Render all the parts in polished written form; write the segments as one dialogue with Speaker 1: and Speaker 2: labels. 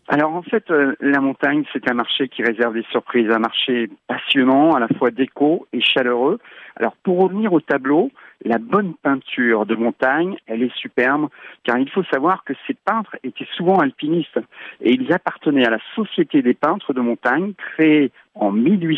Speaker 1: Alors en fait, la montagne, c'est un marché qui réserve des surprises, un marché passionnant, à la fois déco et chaleureux. Alors pour revenir au tableau, la bonne peinture de montagne, elle est superbe, car il faut savoir que ces peintres étaient souvent alpinistes et ils appartenaient à la Société des peintres de montagne, créée en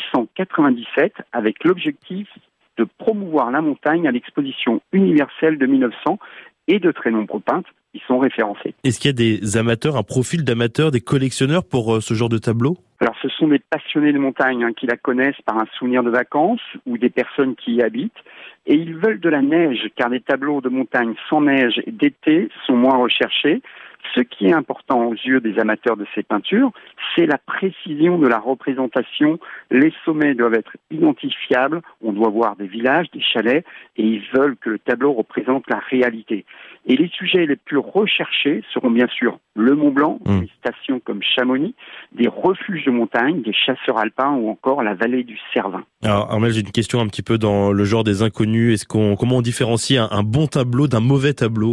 Speaker 1: 1897 avec l'objectif de promouvoir la montagne à l'exposition universelle de 1900 et de très nombreux peintres y sont référencés.
Speaker 2: Est-ce qu'il y a des amateurs, un profil d'amateurs, des collectionneurs pour ce genre de tableau?
Speaker 1: Alors ce sont des passionnés de montagne qui la connaissent par un souvenir de vacances ou des personnes qui y habitent et ils veulent de la neige car les tableaux de montagne sans neige d'été sont moins recherchés. Ce qui est important aux yeux des amateurs de ces peintures, c'est la précision de la représentation. Les sommets doivent être identifiables, on doit voir des villages, des chalets, et ils veulent que le tableau représente la réalité. Et les sujets les plus recherchés seront bien sûr le Mont Blanc, des stations comme Chamonix, des refuges de montagne, des chasseurs alpins ou encore la vallée du Cervin.
Speaker 2: Alors Armel, j'ai une question un petit peu dans le genre des inconnus. Comment on différencie un bon tableau d'un mauvais tableau?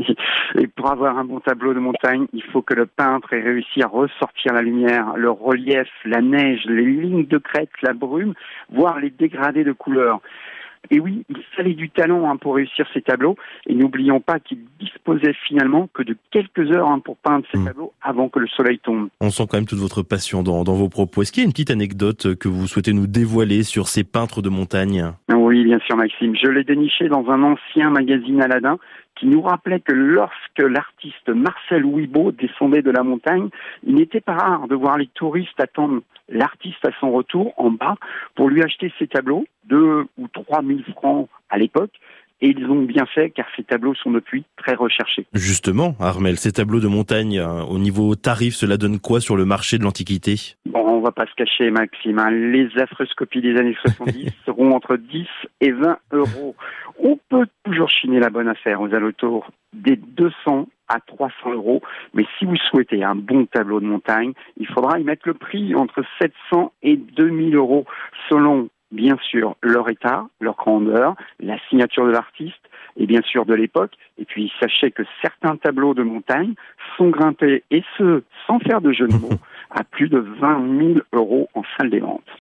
Speaker 1: Et pour avoir un bon tableau de montagne, il faut que le peintre ait réussi à ressortir la lumière, le relief, la neige, les lignes de crête, la brume, voire les dégradés de couleurs. Et oui, il fallait du talent pour réussir ces tableaux. Et n'oublions pas qu'il disposait finalement que de quelques heures pour peindre ces tableaux avant que le soleil tombe.
Speaker 2: On sent quand même toute votre passion dans vos propos. Est-ce qu'il y a une petite anecdote que vous souhaitez nous dévoiler sur ces peintres de montagne?
Speaker 1: Oui, bien sûr, Maxime. Je l'ai déniché dans un ancien magazine Aladin qui nous rappelait que lorsque l'artiste Marcel Ouibaud descendait de la montagne, il n'était pas rare de voir les touristes attendre l'artiste à son retour en bas pour lui acheter ses tableaux, 2 ou 3 000 francs à l'époque. Et ils ont bien fait car ces tableaux sont depuis très recherchés.
Speaker 2: Justement, Armel, ces tableaux de montagne, au niveau tarif, cela donne quoi sur le marché de l'Antiquité?
Speaker 1: Bon, on va pas se cacher, Maxime. Les affrescopies des années 70 seront entre 10 et 20 euros. On peut toujours chiner la bonne affaire aux alentours des 200 à 300 euros. Mais si vous souhaitez un bon tableau de montagne, il faudra y mettre le prix entre 700 et 2000 euros selon bien sûr leur état, leur grandeur, la signature de l'artiste et bien sûr de l'époque. Et puis sachez que certains tableaux de montagne sont grimpés, et ce, sans faire de jeu de mots, à plus de 20 000 euros en salle des ventes.